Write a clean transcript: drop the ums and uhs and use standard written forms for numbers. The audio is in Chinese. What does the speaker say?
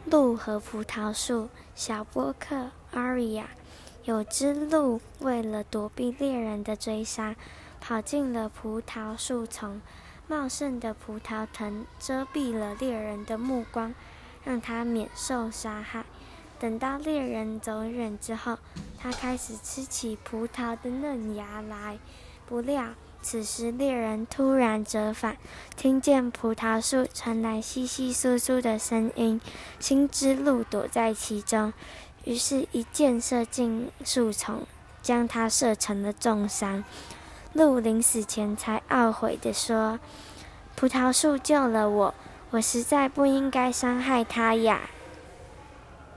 鹿和葡萄树。小波克 Aria 有只鹿为了躲避猎人的追杀，跑进了葡萄树丛。茂盛的葡萄藤遮蔽了猎人的目光，让他免受杀害。等到猎人走远之后，他开始吃起葡萄的嫩芽来。不料此时猎人突然折返，听见葡萄树传来窸窸窣窣的声音，心知鹿躲在其中，于是一箭射进树丛，将它射成了重伤。鹿临死前才懊悔地说：“葡萄树救了我，我实在不应该伤害它呀。”